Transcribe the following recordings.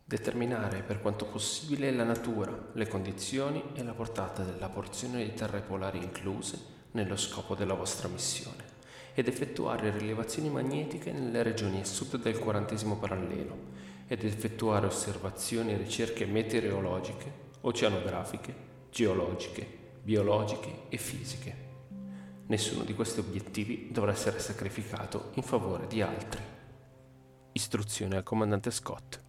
Determinare per quanto possibile la natura, le condizioni e la portata della porzione di terre polari incluse nello scopo della vostra missione ed effettuare rilevazioni magnetiche nelle regioni a sud del 40° parallelo ed effettuare osservazioni e ricerche meteorologiche, oceanografiche, geologiche, biologiche e fisiche. Nessuno di questi obiettivi dovrà essere sacrificato in favore di altri. Istruzione al comandante Scott.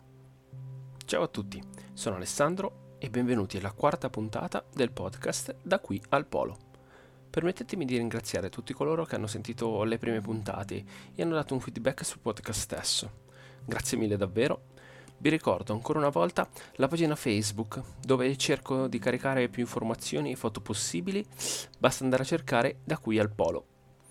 Ciao a tutti, sono Alessandro e benvenuti alla quarta puntata del podcast Da qui al Polo. Permettetemi di ringraziare tutti coloro che hanno sentito le prime puntate e hanno dato un feedback sul podcast stesso. Grazie mille davvero. Vi ricordo ancora una volta la pagina Facebook, dove cerco di caricare più informazioni e foto possibili. Basta andare a cercare Da qui al Polo.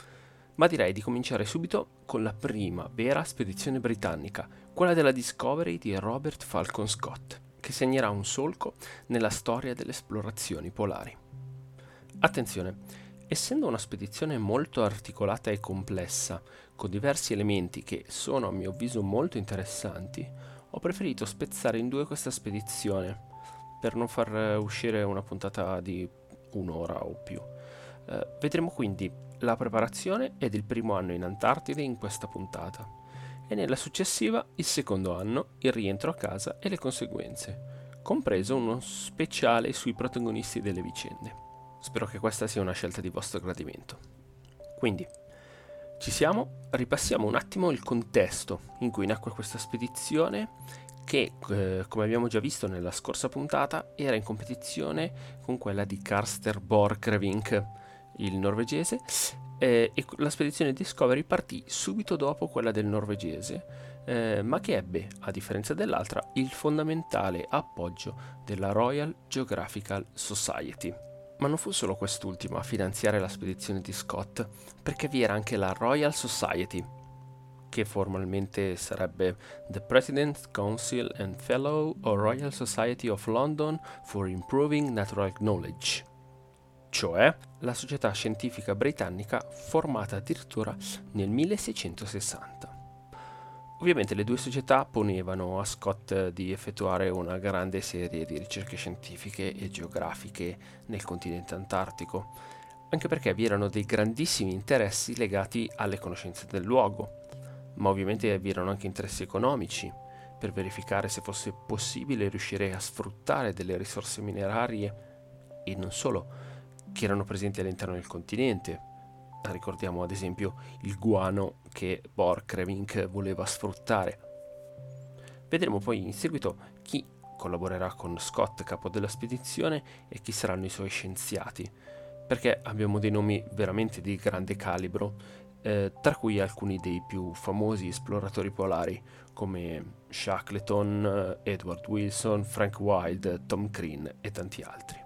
Ma direi di cominciare subito con la prima vera spedizione britannica, quella della Discovery di Robert Falcon Scott, che segnerà un solco nella storia delle esplorazioni polari. Attenzione, essendo una spedizione molto articolata e complessa, con diversi elementi che sono a mio avviso molto interessanti, ho preferito spezzare in due questa spedizione, per non far uscire una puntata di un'ora o più. Vedremo quindi la preparazione ed il primo anno in Antartide in questa puntata e nella successiva il secondo anno, il rientro a casa e le conseguenze, compreso uno speciale sui protagonisti delle vicende. Spero che questa sia una scelta di vostro gradimento. Quindi, ci siamo? Ripassiamo un attimo il contesto in cui nacque questa spedizione che, come abbiamo già visto nella scorsa puntata, era in competizione con quella di Karster Borchgrevink, il norvegese, e la spedizione Discovery partì subito dopo quella del norvegese, ma che ebbe, a differenza dell'altra, il fondamentale appoggio della Royal Geographical Society. Ma non fu solo quest'ultima a finanziare la spedizione di Scott, perché vi era anche la Royal Society, che formalmente sarebbe The President's Council and Fellow of Royal Society of London for Improving Natural Knowledge, cioè la società scientifica britannica formata addirittura nel 1660. Ovviamente le due società ponevano a Scott di effettuare una grande serie di ricerche scientifiche e geografiche nel continente antartico, anche perché vi erano dei grandissimi interessi legati alle conoscenze del luogo, ma ovviamente vi erano anche interessi economici, per verificare se fosse possibile riuscire a sfruttare delle risorse minerarie e non solo, che erano presenti all'interno del continente. Ricordiamo ad esempio il guano che Borchgrevink voleva sfruttare. Vedremo poi in seguito chi collaborerà con Scott, capo della spedizione, e chi saranno i suoi scienziati, perché abbiamo dei nomi veramente di grande calibro, tra cui alcuni dei più famosi esploratori polari come Shackleton, Edward Wilson, Frank Wild, Tom Crean e tanti altri.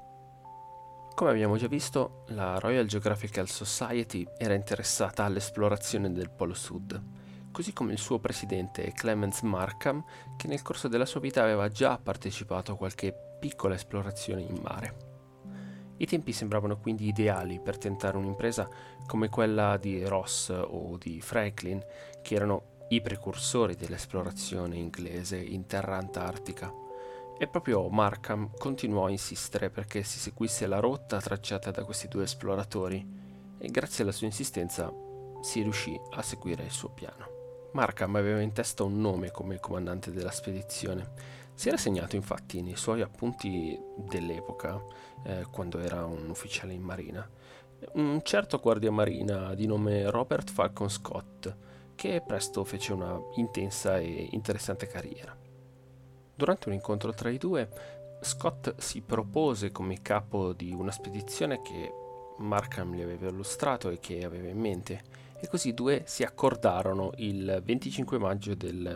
Come abbiamo già visto, la Royal Geographical Society era interessata all'esplorazione del Polo Sud, così come il suo presidente Clements Markham, che nel corso della sua vita aveva già partecipato a qualche piccola esplorazione in mare. I tempi sembravano quindi ideali per tentare un'impresa come quella di Ross o di Franklin, che erano i precursori dell'esplorazione inglese in terra antartica. E proprio Markham continuò a insistere perché si seguisse la rotta tracciata da questi due esploratori e grazie alla sua insistenza si riuscì a seguire il suo piano. Markham aveva in testa un nome come comandante della spedizione. Si era segnato infatti nei suoi appunti dell'epoca, quando era un ufficiale in marina, un certo guardiamarina di nome Robert Falcon Scott, che presto fece una intensa e interessante carriera. Durante un incontro tra i due, Scott si propose come capo di una spedizione che Markham gli aveva illustrato e che aveva in mente, e così i due si accordarono il 25 maggio del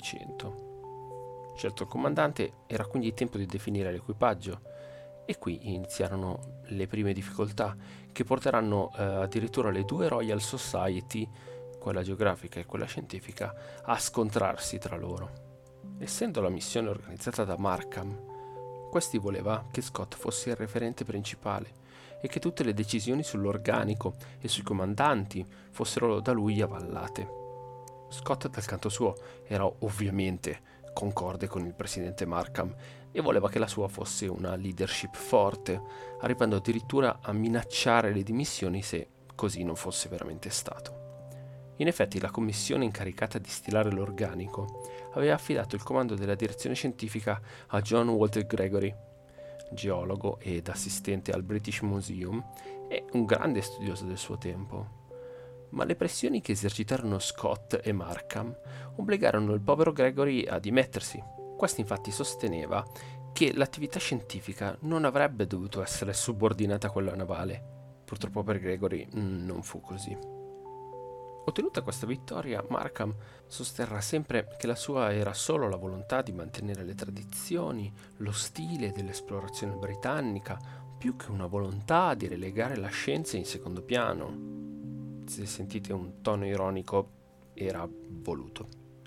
1900. Scelto il comandante, era quindi tempo di definire l'equipaggio, e qui iniziarono le prime difficoltà che porteranno addirittura le due Royal Society, quella geografica e quella scientifica, a scontrarsi tra loro. Essendo la missione organizzata da Markham, questi voleva che Scott fosse il referente principale e che tutte le decisioni sull'organico e sui comandanti fossero da lui avallate. Scott, dal canto suo, era ovviamente concorde con il presidente Markham e voleva che la sua fosse una leadership forte, arrivando addirittura a minacciare le dimissioni se così non fosse veramente stato. In effetti la commissione incaricata di stilare l'organico aveva affidato il comando della direzione scientifica a John Walter Gregory, geologo ed assistente al British Museum e un grande studioso del suo tempo. Ma le pressioni che esercitarono Scott e Markham obbligarono il povero Gregory a dimettersi. Questo infatti sosteneva che l'attività scientifica non avrebbe dovuto essere subordinata a quella navale. Purtroppo per Gregory non fu così. Ottenuta questa vittoria, Markham sosterrà sempre che la sua era solo la volontà di mantenere le tradizioni, lo stile dell'esplorazione britannica, più che una volontà di relegare la scienza in secondo piano. Se sentite un tono ironico, era voluto.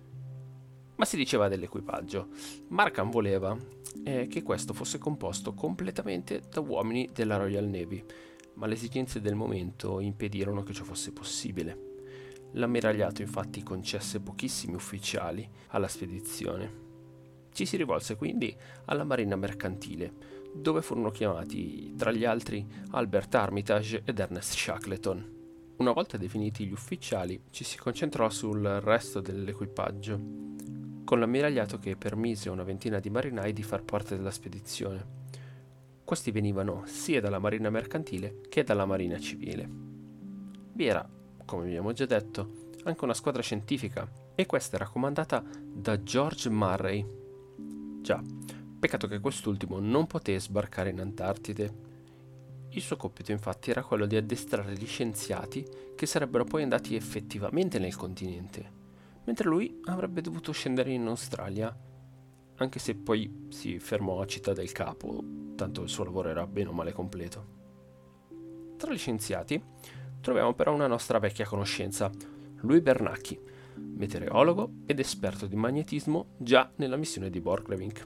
Ma si diceva dell'equipaggio. Markham voleva che questo fosse composto completamente da uomini della Royal Navy, ma le esigenze del momento impedirono che ciò fosse possibile. L'ammiragliato infatti concesse pochissimi ufficiali alla spedizione. Ci si rivolse quindi alla Marina Mercantile, dove furono chiamati tra gli altri Albert Armitage ed Ernest Shackleton. Una volta definiti gli ufficiali, ci si concentrò sul resto dell'equipaggio, con l'ammiragliato che permise a una ventina di marinai di far parte della spedizione. Questi venivano sia dalla Marina Mercantile che dalla Marina Civile. Vi era, come abbiamo già detto, anche una squadra scientifica, e questa era comandata da George Murray. Già, peccato che quest'ultimo non poté sbarcare in Antartide. Il suo compito infatti era quello di addestrare gli scienziati che sarebbero poi andati effettivamente nel continente, mentre lui avrebbe dovuto scendere in Australia, anche se poi si fermò a Città del Capo, tanto il suo lavoro era bene o male completo. Tra gli scienziati troviamo però una nostra vecchia conoscenza, Louis Bernacchi, meteorologo ed esperto di magnetismo già nella missione di Borchgrevink.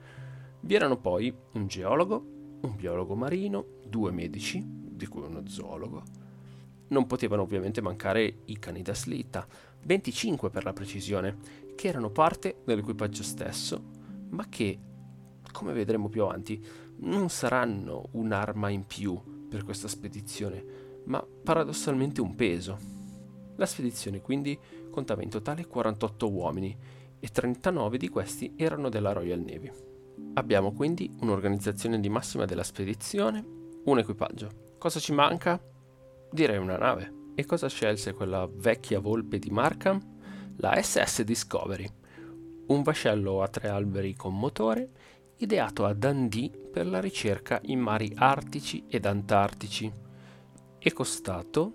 Vi erano poi un geologo, un biologo marino, 2 medici, di cui uno zoologo. Non potevano ovviamente mancare i cani da slitta, 25 per la precisione, che erano parte dell'equipaggio stesso, ma che, come vedremo più avanti, non saranno un'arma in più per questa spedizione, ma paradossalmente un peso. La spedizione quindi contava in totale 48 uomini e 39 di questi erano della Royal Navy. Abbiamo quindi un'organizzazione di massima della spedizione, un equipaggio. Cosa ci manca? Direi una nave. E cosa scelse quella vecchia volpe di Markham? La SS Discovery, un vascello a 3 alberi con motore ideato a Dundee per la ricerca in mari artici ed antartici e costato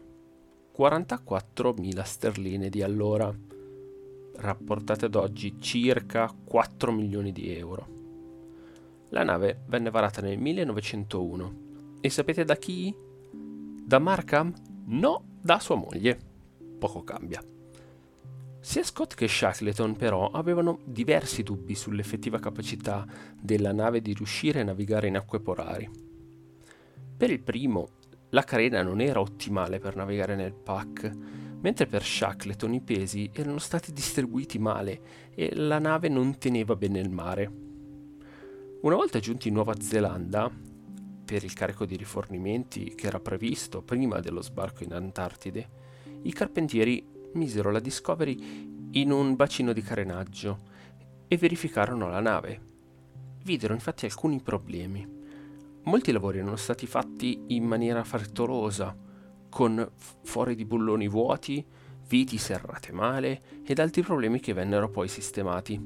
44.000 sterline di allora, rapportate ad oggi circa 4 milioni di euro. La nave venne varata nel 1901 e sapete da chi? Da Markham? No, da sua moglie. Poco cambia. Sia Scott che Shackleton però avevano diversi dubbi sull'effettiva capacità della nave di riuscire a navigare in acque polari. Per il primo, la carena non era ottimale per navigare nel pack, mentre per Shackleton i pesi erano stati distribuiti male e la nave non teneva bene il mare. Una volta giunti in Nuova Zelanda, per il carico di rifornimenti che era previsto prima dello sbarco in Antartide, i carpentieri misero la Discovery in un bacino di carenaggio e verificarono la nave. Videro infatti alcuni problemi. Molti lavori erano stati fatti in maniera frettolosa, con fori di bulloni vuoti, viti serrate male ed altri problemi che vennero poi sistemati.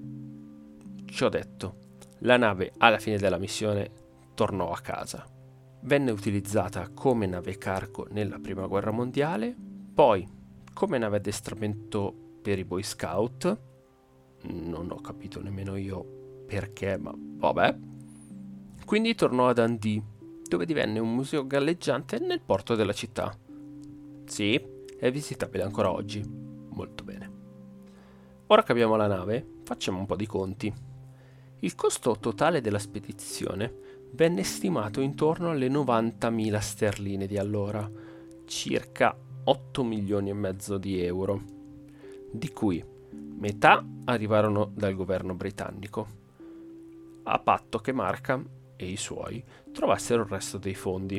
Ciò detto, la nave alla fine della missione tornò a casa. Venne utilizzata come nave cargo nella Prima Guerra Mondiale, poi come nave addestramento per i Boy Scout. Non ho capito nemmeno io perché, ma vabbè. Quindi tornò a Dundee, dove divenne un museo galleggiante nel porto della città. Sì, è visitabile ancora oggi. Molto bene. Ora che abbiamo la nave, facciamo un po' di conti. Il costo totale della spedizione venne stimato intorno alle 90.000 sterline di allora, circa 8 milioni e mezzo di euro, di cui Metà arrivarono dal governo britannico, a patto che Markham e i suoi trovassero il resto dei fondi.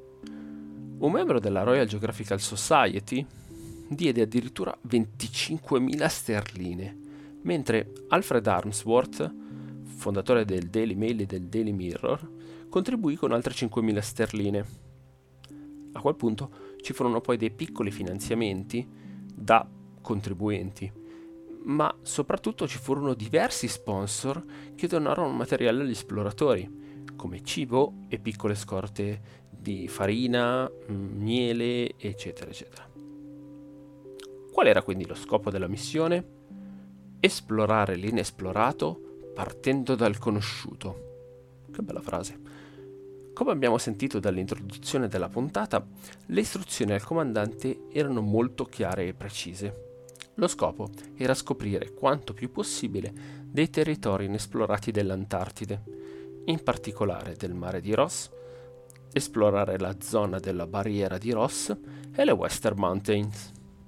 Un membro della Royal Geographical Society diede addirittura 25.000 sterline, mentre Alfred Armsworth, fondatore del Daily Mail e del Daily Mirror, contribuì con altre 5.000 sterline. A quel punto ci furono poi dei piccoli finanziamenti da contribuenti, ma soprattutto ci furono diversi sponsor che donarono materiale agli esploratori, come cibo e piccole scorte di farina, miele, eccetera, eccetera. Qual era quindi lo scopo della missione? Esplorare l'inesplorato partendo dal conosciuto. Che bella frase. Come abbiamo sentito dall'introduzione della puntata, le istruzioni al comandante erano molto chiare e precise. Lo scopo era scoprire quanto più possibile dei territori inesplorati dell'Antartide, in particolare del mare di Ross, esplorare la zona della barriera di Ross e le Western Mountains.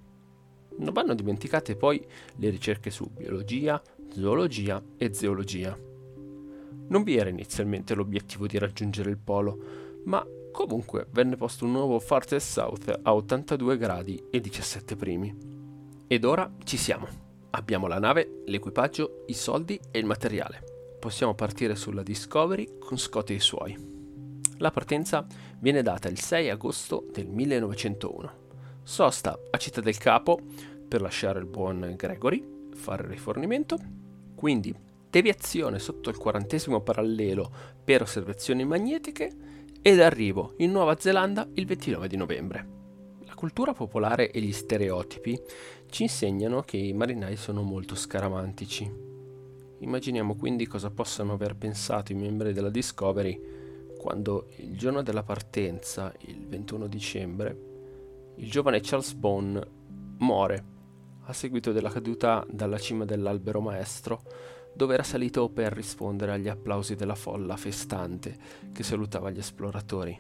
Non vanno dimenticate poi le ricerche su biologia, zoologia e zeologia. Non vi era inizialmente l'obiettivo di raggiungere il polo, ma comunque venne posto un nuovo Farthest South a 82 gradi e 17 primi. Ed ora ci siamo. Abbiamo la nave, l'equipaggio, i soldi e il materiale. Possiamo partire sulla Discovery con Scott e i suoi. La partenza viene data il 6 agosto del 1901. Sosta a Città del Capo per lasciare il buon Gregory, fare il rifornimento. Quindi deviazione sotto il 40° parallelo per osservazioni magnetiche ed arrivo in Nuova Zelanda il 29 di novembre. La cultura popolare e gli stereotipi ci insegnano che i marinai sono molto scaramantici. Immaginiamo quindi cosa possano aver pensato i membri della Discovery quando il giorno della partenza, il 21 dicembre, il giovane Charles Bone muore a seguito della caduta dalla cima dell'albero maestro, dove era salito per rispondere agli applausi della folla festante che salutava gli esploratori.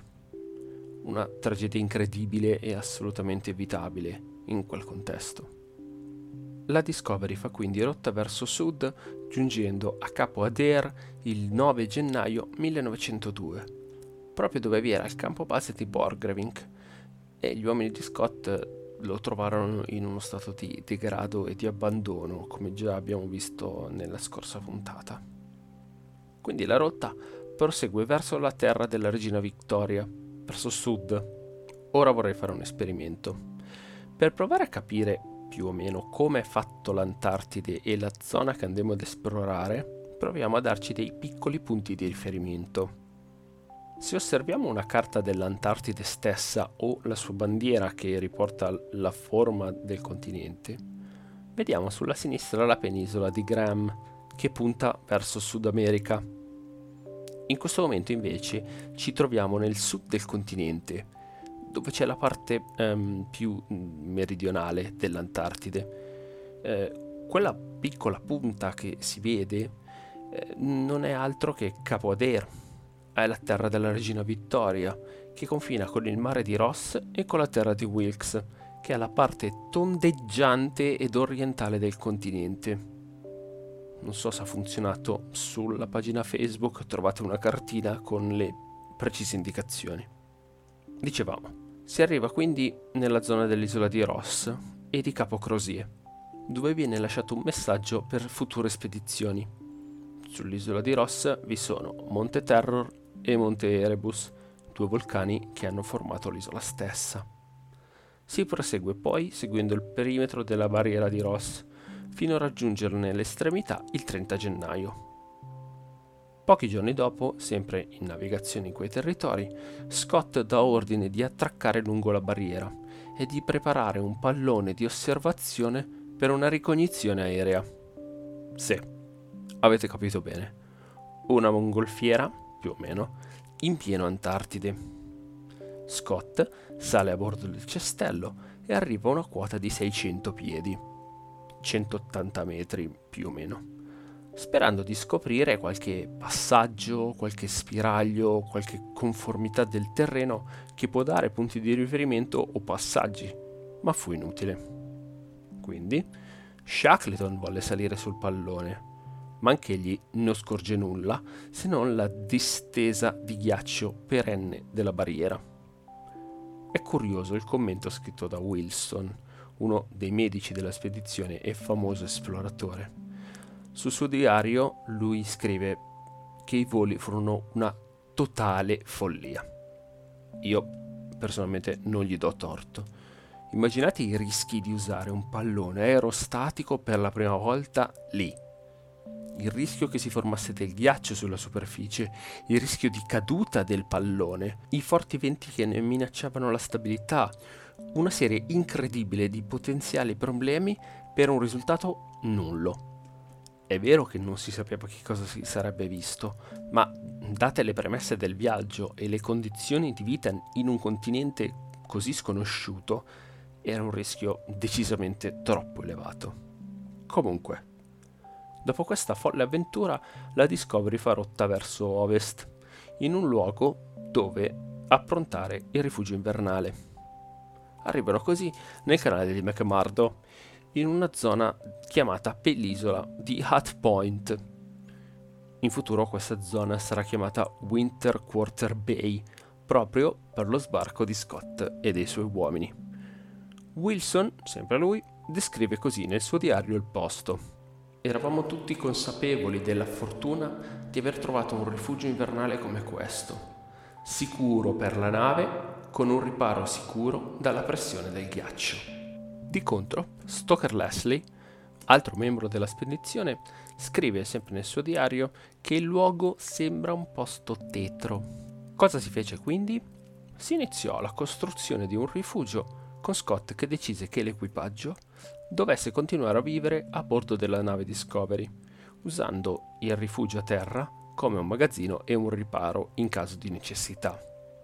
Una tragedia incredibile e assolutamente evitabile in quel contesto. La Discovery fa quindi rotta verso sud, giungendo a Capo Adair il 9 gennaio 1902, proprio dove vi era il campo base di Borchgrevink, e gli uomini di Scott lo trovarono in uno stato di degrado e di abbandono, come già abbiamo visto nella scorsa puntata. Quindi la rotta prosegue verso la terra della regina Victoria, verso sud. Ora vorrei fare un esperimento. Per provare a capire più o meno come è fatto l'Antartide e la zona che andremo ad esplorare, proviamo a darci dei piccoli punti di riferimento. Se osserviamo una carta dell'Antartide stessa o la sua bandiera che riporta la forma del continente, vediamo sulla sinistra la penisola di Graham che punta verso Sud America. In questo momento invece ci troviamo nel sud del continente, dove c'è la parte più meridionale dell'Antartide. Quella piccola punta che si vede non è altro che Capo Adair, è la terra della regina Vittoria, che confina con il mare di Ross e con la terra di Wilkes, che è la parte tondeggiante ed orientale del continente. Non so se ha funzionato, sulla pagina Facebook trovate una cartina con le precise indicazioni. Dicevamo, si arriva quindi nella zona dell'isola di Ross e di Capo Crozier, dove viene lasciato un messaggio per future spedizioni. Sull'isola di Ross vi sono Monte Terror e Monte Erebus, due vulcani che hanno formato l'isola stessa. Si prosegue poi seguendo il perimetro della barriera di Ross, fino a raggiungerne l'estremità il 30 gennaio. Pochi giorni dopo, sempre in navigazione in quei territori, Scott dà ordine di attraccare lungo la barriera e di preparare un pallone di osservazione per una ricognizione aerea. Sì, avete capito bene. Una mongolfiera, più o meno, in pieno Antartide. Scott sale a bordo del cestello e arriva a una quota di 600 piedi, 180 metri più o meno, sperando di scoprire qualche passaggio, qualche spiraglio, qualche conformità del terreno che può dare punti di riferimento o passaggi, ma fu inutile. Quindi Shackleton volle salire sul pallone, ma anch'egli non scorge nulla se non la distesa di ghiaccio perenne della barriera. È curioso il commento scritto da Wilson, uno dei medici della spedizione e famoso esploratore. Sul suo diario lui scrive che i voli furono una totale follia. Io personalmente non gli do torto. Immaginate i rischi di usare un pallone aerostatico per la prima volta lì. Il rischio che si formasse del ghiaccio sulla superficie, il rischio di caduta del pallone, i forti venti che ne minacciavano la stabilità, una serie incredibile di potenziali problemi per un risultato nullo. È vero che non si sapeva che cosa si sarebbe visto, ma date le premesse del viaggio e le condizioni di vita in un continente così sconosciuto, era un rischio decisamente troppo elevato. Comunque, dopo questa folle avventura, la Discovery fa rotta verso ovest, in un luogo dove approntare il rifugio invernale. Arrivano così nel canale di McMurdo, in una zona chiamata penisola di Hut Point. In futuro questa zona sarà chiamata Winter Quarter Bay, proprio per lo sbarco di Scott e dei suoi uomini. Wilson, sempre lui, descrive così nel suo diario il posto. Eravamo tutti consapevoli della fortuna di aver trovato un rifugio invernale come questo, sicuro per la nave, con un riparo sicuro dalla pressione del ghiaccio. Di contro, Stoker Leslie, altro membro della spedizione, scrive sempre nel suo diario che il luogo sembra un posto tetro. Cosa si fece quindi? Si iniziò la costruzione di un rifugio con Scott che decise che l'equipaggio dovesse continuare a vivere a bordo della nave Discovery, usando il rifugio a terra come un magazzino e un riparo in caso di necessità.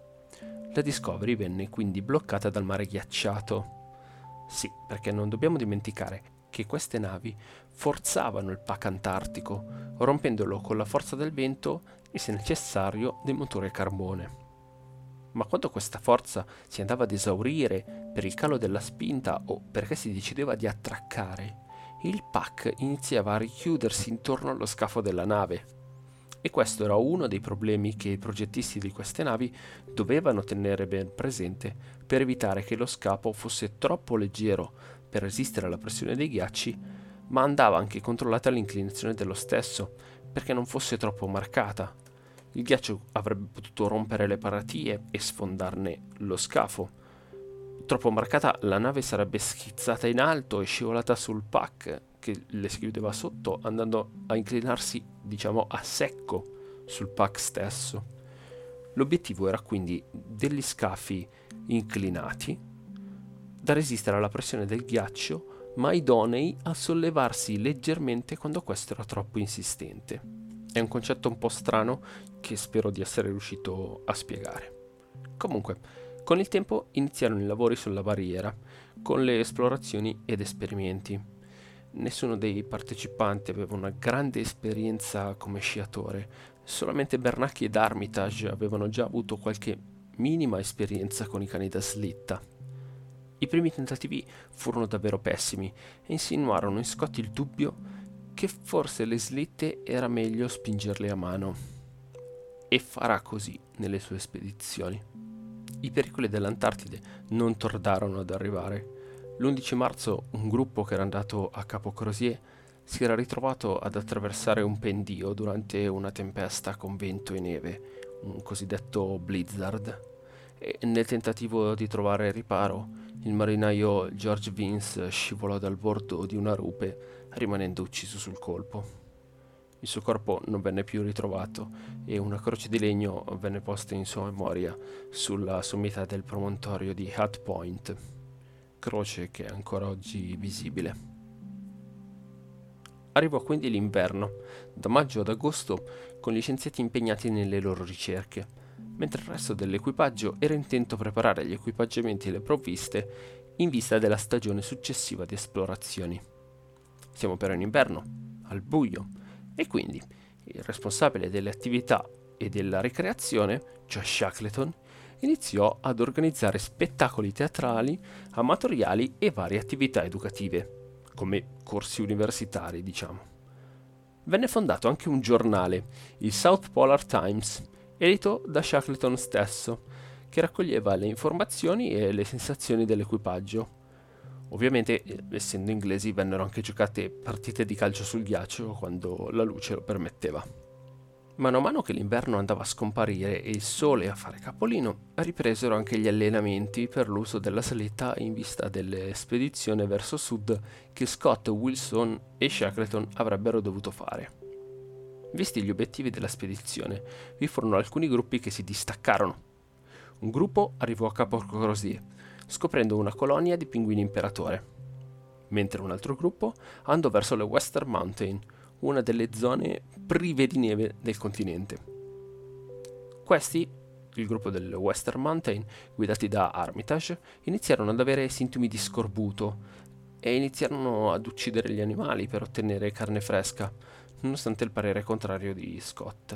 La Discovery venne quindi bloccata dal mare ghiacciato. Sì, perché non dobbiamo dimenticare che queste navi forzavano il pack antartico, rompendolo con la forza del vento e, se necessario, dei motori a carbone. Ma quando questa forza si andava ad esaurire per il calo della spinta o perché si decideva di attraccare, il pack iniziava a richiudersi intorno allo scafo della nave. E questo era uno dei problemi che i progettisti di queste navi dovevano tenere ben presente per evitare che lo scafo fosse troppo leggero per resistere alla pressione dei ghiacci, ma andava anche controllata l'inclinazione dello stesso perché non fosse troppo marcata. Il ghiaccio avrebbe potuto rompere le paratie e sfondarne lo scafo. Troppo marcata, la nave sarebbe schizzata in alto e scivolata sul pack che le si chiudeva sotto, andando a inclinarsi, diciamo, a secco sul pack stesso. L'obiettivo era quindi degli scafi inclinati da resistere alla pressione del ghiaccio, ma idonei a sollevarsi leggermente quando questo era troppo insistente. È un concetto un po' strano che spero di essere riuscito a spiegare. Comunque, con il tempo iniziarono i lavori sulla barriera, con le esplorazioni ed esperimenti. Nessuno dei partecipanti aveva una grande esperienza come sciatore, solamente Bernacchi ed Armitage avevano già avuto qualche minima esperienza con i cani da slitta. I primi tentativi furono davvero pessimi e insinuarono in Scott il dubbio che forse le slitte era meglio spingerle a mano. E farà così nelle sue spedizioni. I pericoli dell'Antartide non tardarono ad arrivare. L'11 marzo un gruppo che era andato a Capo Crozier si era ritrovato ad attraversare un pendio durante una tempesta con vento e neve, un cosiddetto blizzard, e nel tentativo di trovare riparo il marinaio George Vince scivolò dal bordo di una rupe, rimanendo ucciso sul colpo. Il suo corpo non venne più ritrovato e una croce di legno venne posta in sua memoria sulla sommità del promontorio di Hut Point, croce che è ancora oggi visibile. Arrivò quindi l'inverno, da maggio ad agosto, con gli scienziati impegnati nelle loro ricerche, mentre il resto dell'equipaggio era intento a preparare gli equipaggiamenti e le provviste in vista della stagione successiva di esplorazioni. Siamo però in inverno, al buio, e quindi il responsabile delle attività e della ricreazione, cioè Shackleton, iniziò ad organizzare spettacoli teatrali, amatoriali e varie attività educative, come corsi universitari, diciamo. Venne fondato anche un giornale, il South Polar Times, edito da Shackleton stesso, che raccoglieva le informazioni e le sensazioni dell'equipaggio. Ovviamente, essendo inglesi, vennero anche giocate partite di calcio sul ghiaccio quando la luce lo permetteva. Mano a mano che l'inverno andava a scomparire e il sole a fare capolino, ripresero anche gli allenamenti per l'uso della saletta in vista delle spedizioni verso sud che Scott, Wilson e Shackleton avrebbero dovuto fare. Visti gli obiettivi della spedizione, vi furono alcuni gruppi che si distaccarono. Un gruppo arrivò a Capo Crozier, scoprendo una colonia di pinguini imperatore, mentre un altro gruppo andò verso le Western Mountain, una delle zone prive di neve del continente. Questi, il gruppo delle Western Mountain, guidati da Armitage, iniziarono ad avere sintomi di scorbuto e iniziarono ad uccidere gli animali per ottenere carne fresca, nonostante il parere contrario di Scott.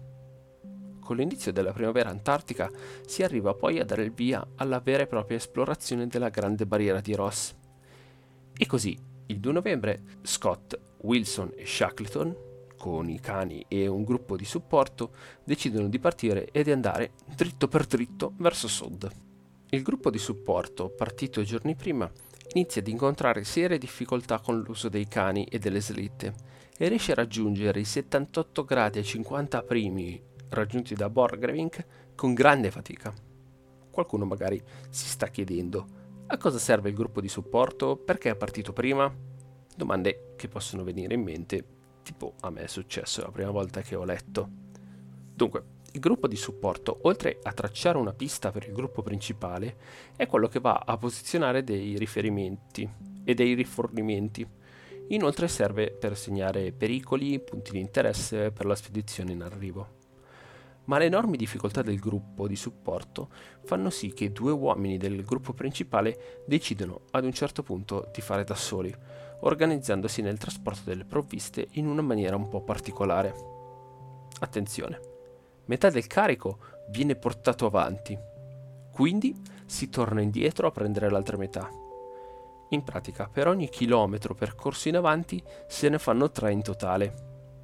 Con l'inizio della primavera antartica si arriva poi a dare il via alla vera e propria esplorazione della Grande Barriera di Ross. E così, il 2 novembre, Scott, Wilson e Shackleton, con i cani e un gruppo di supporto, decidono di partire e di andare dritto per dritto verso sud. Il gruppo di supporto, partito giorni prima, inizia ad incontrare serie difficoltà con l'uso dei cani e delle slitte e riesce a raggiungere i 78 gradi e 50 primi raggiunti da Borchgrevink con grande fatica. Qualcuno magari si sta chiedendo: a cosa serve il gruppo di supporto? Perché è partito prima? Domande che possono venire in mente, tipo a me è successo la prima volta che ho letto. Dunque, il gruppo di supporto, oltre a tracciare una pista per il gruppo principale, è quello che va a posizionare dei riferimenti e dei rifornimenti. Inoltre serve per segnare pericoli, punti di interesse per la spedizione in arrivo. Ma le enormi difficoltà del gruppo di supporto fanno sì che 2 uomini del gruppo principale decidano ad un certo punto di fare da soli, organizzandosi nel trasporto delle provviste in una maniera un po' particolare. Attenzione, metà del carico viene portato avanti, quindi si torna indietro a prendere l'altra metà. In pratica, per ogni chilometro percorso in avanti se ne fanno 3 in totale.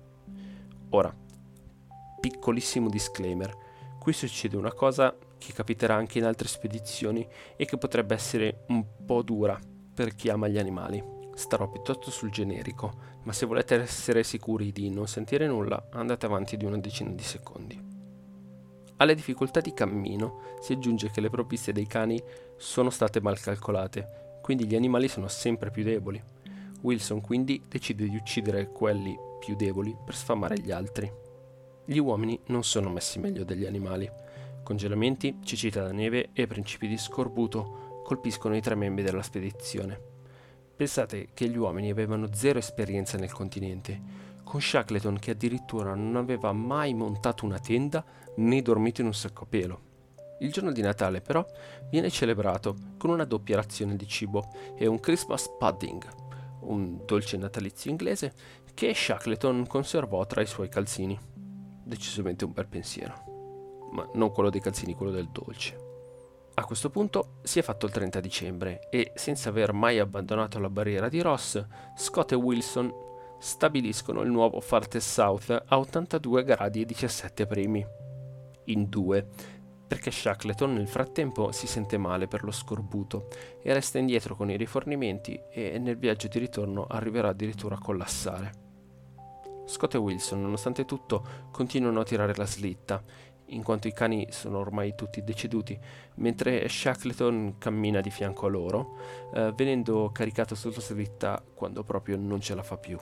Ora, piccolissimo disclaimer, qui succede una cosa che capiterà anche in altre spedizioni e che potrebbe essere un po' dura per chi ama gli animali. Starò piuttosto sul generico, ma se volete essere sicuri di non sentire nulla, andate avanti di una decina di secondi. Alle difficoltà di cammino si aggiunge che le provviste dei cani sono state mal calcolate, quindi gli animali sono sempre più deboli. Wilson quindi decide di uccidere quelli più deboli per sfamare gli altri. Gli uomini non sono messi meglio degli animali. Congelamenti, cecità da neve e principi di scorbuto colpiscono i 3 membri della spedizione. Pensate che gli uomini avevano 0 esperienza nel continente, con Shackleton che addirittura non aveva mai montato una tenda né dormito in un sacco a pelo. Il giorno di Natale però viene celebrato con una doppia razione di cibo e un Christmas pudding, un dolce natalizio inglese che Shackleton conservò tra i suoi calzini. Decisamente un bel pensiero, ma non quello dei calzini, quello del dolce. A questo punto si è fatto il 30 dicembre e, senza aver mai abbandonato la barriera di Ross, Scott e Wilson stabiliscono il nuovo Farthest South a 82 gradi e 17 primi, in 2, perché Shackleton nel frattempo si sente male per lo scorbuto e resta indietro con i rifornimenti e nel viaggio di ritorno arriverà addirittura a collassare. Scott e Wilson, nonostante tutto, continuano a tirare la slitta, in quanto i cani sono ormai tutti deceduti, mentre Shackleton cammina di fianco a loro, venendo caricato sotto slitta quando proprio non ce la fa più.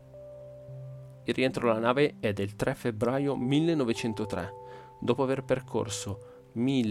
Il rientro alla nave è del 3 febbraio 1903, dopo aver percorso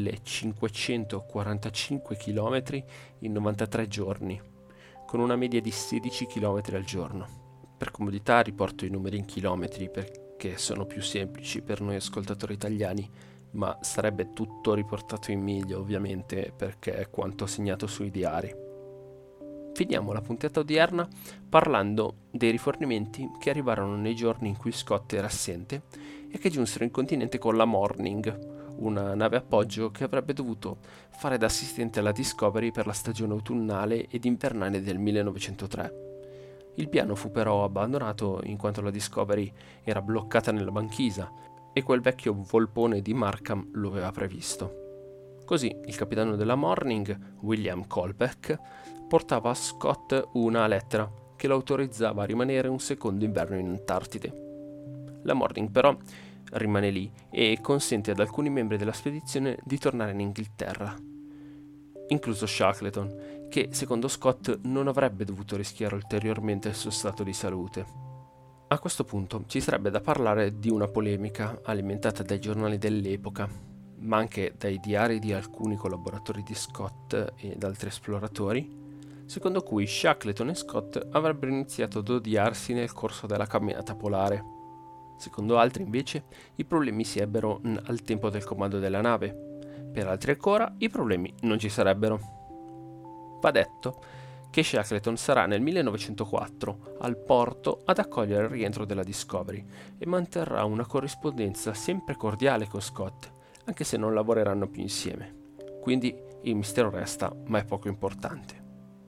1545 km in 93 giorni, con una media di 16 km al giorno. Per comodità riporto i numeri in chilometri perché sono più semplici per noi ascoltatori italiani, ma sarebbe tutto riportato in miglia ovviamente perché è quanto segnato sui diari. Finiamo la puntata odierna parlando dei rifornimenti che arrivarono nei giorni in cui Scott era assente e che giunsero in continente con la Morning, una nave appoggio che avrebbe dovuto fare da assistente alla Discovery per la stagione autunnale ed invernale del 1903. Il piano fu però abbandonato in quanto la Discovery era bloccata nella banchisa e quel vecchio volpone di Markham lo aveva previsto. Così il capitano della Morning, William Colbeck, portava a Scott una lettera che lo autorizzava a rimanere un secondo inverno in Antartide. La Morning però rimane lì e consente ad alcuni membri della spedizione di tornare in Inghilterra, incluso Shackleton, che secondo Scott non avrebbe dovuto rischiare ulteriormente il suo stato di salute. A questo punto ci sarebbe da parlare di una polemica alimentata dai giornali dell'epoca, ma anche dai diari di alcuni collaboratori di Scott ed altri esploratori, secondo cui Shackleton e Scott avrebbero iniziato ad odiarsi nel corso della camminata polare. Secondo altri, invece, i problemi si ebbero al tempo del comando della nave. Per altri ancora, i problemi non ci sarebbero. Va detto che Shackleton sarà nel 1904 al porto ad accogliere il rientro della Discovery e manterrà una corrispondenza sempre cordiale con Scott, anche se non lavoreranno più insieme. Quindi il mistero resta, ma è poco importante.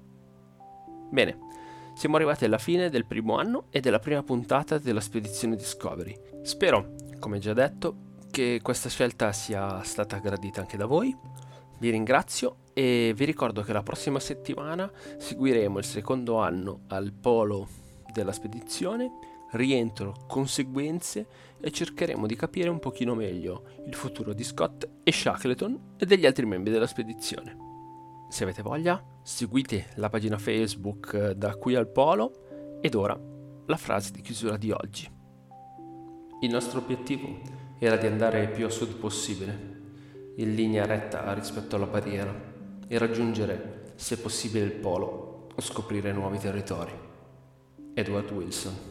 Bene, siamo arrivati alla fine del primo anno e della prima puntata della spedizione Discovery. Spero, come già detto, che questa scelta sia stata gradita anche da voi. Vi ringrazio e vi ricordo che la prossima settimana seguiremo il secondo anno al polo della spedizione, rientro, conseguenze e cercheremo di capire un pochino meglio il futuro di Scott e Shackleton e degli altri membri della spedizione. Se avete voglia, seguite la pagina Facebook Da qui al polo ed ora la frase di chiusura di oggi. Il nostro obiettivo era di andare più a sud possibile, in linea retta rispetto alla barriera, e raggiungere, se possibile, il polo o scoprire nuovi territori. Edward Wilson.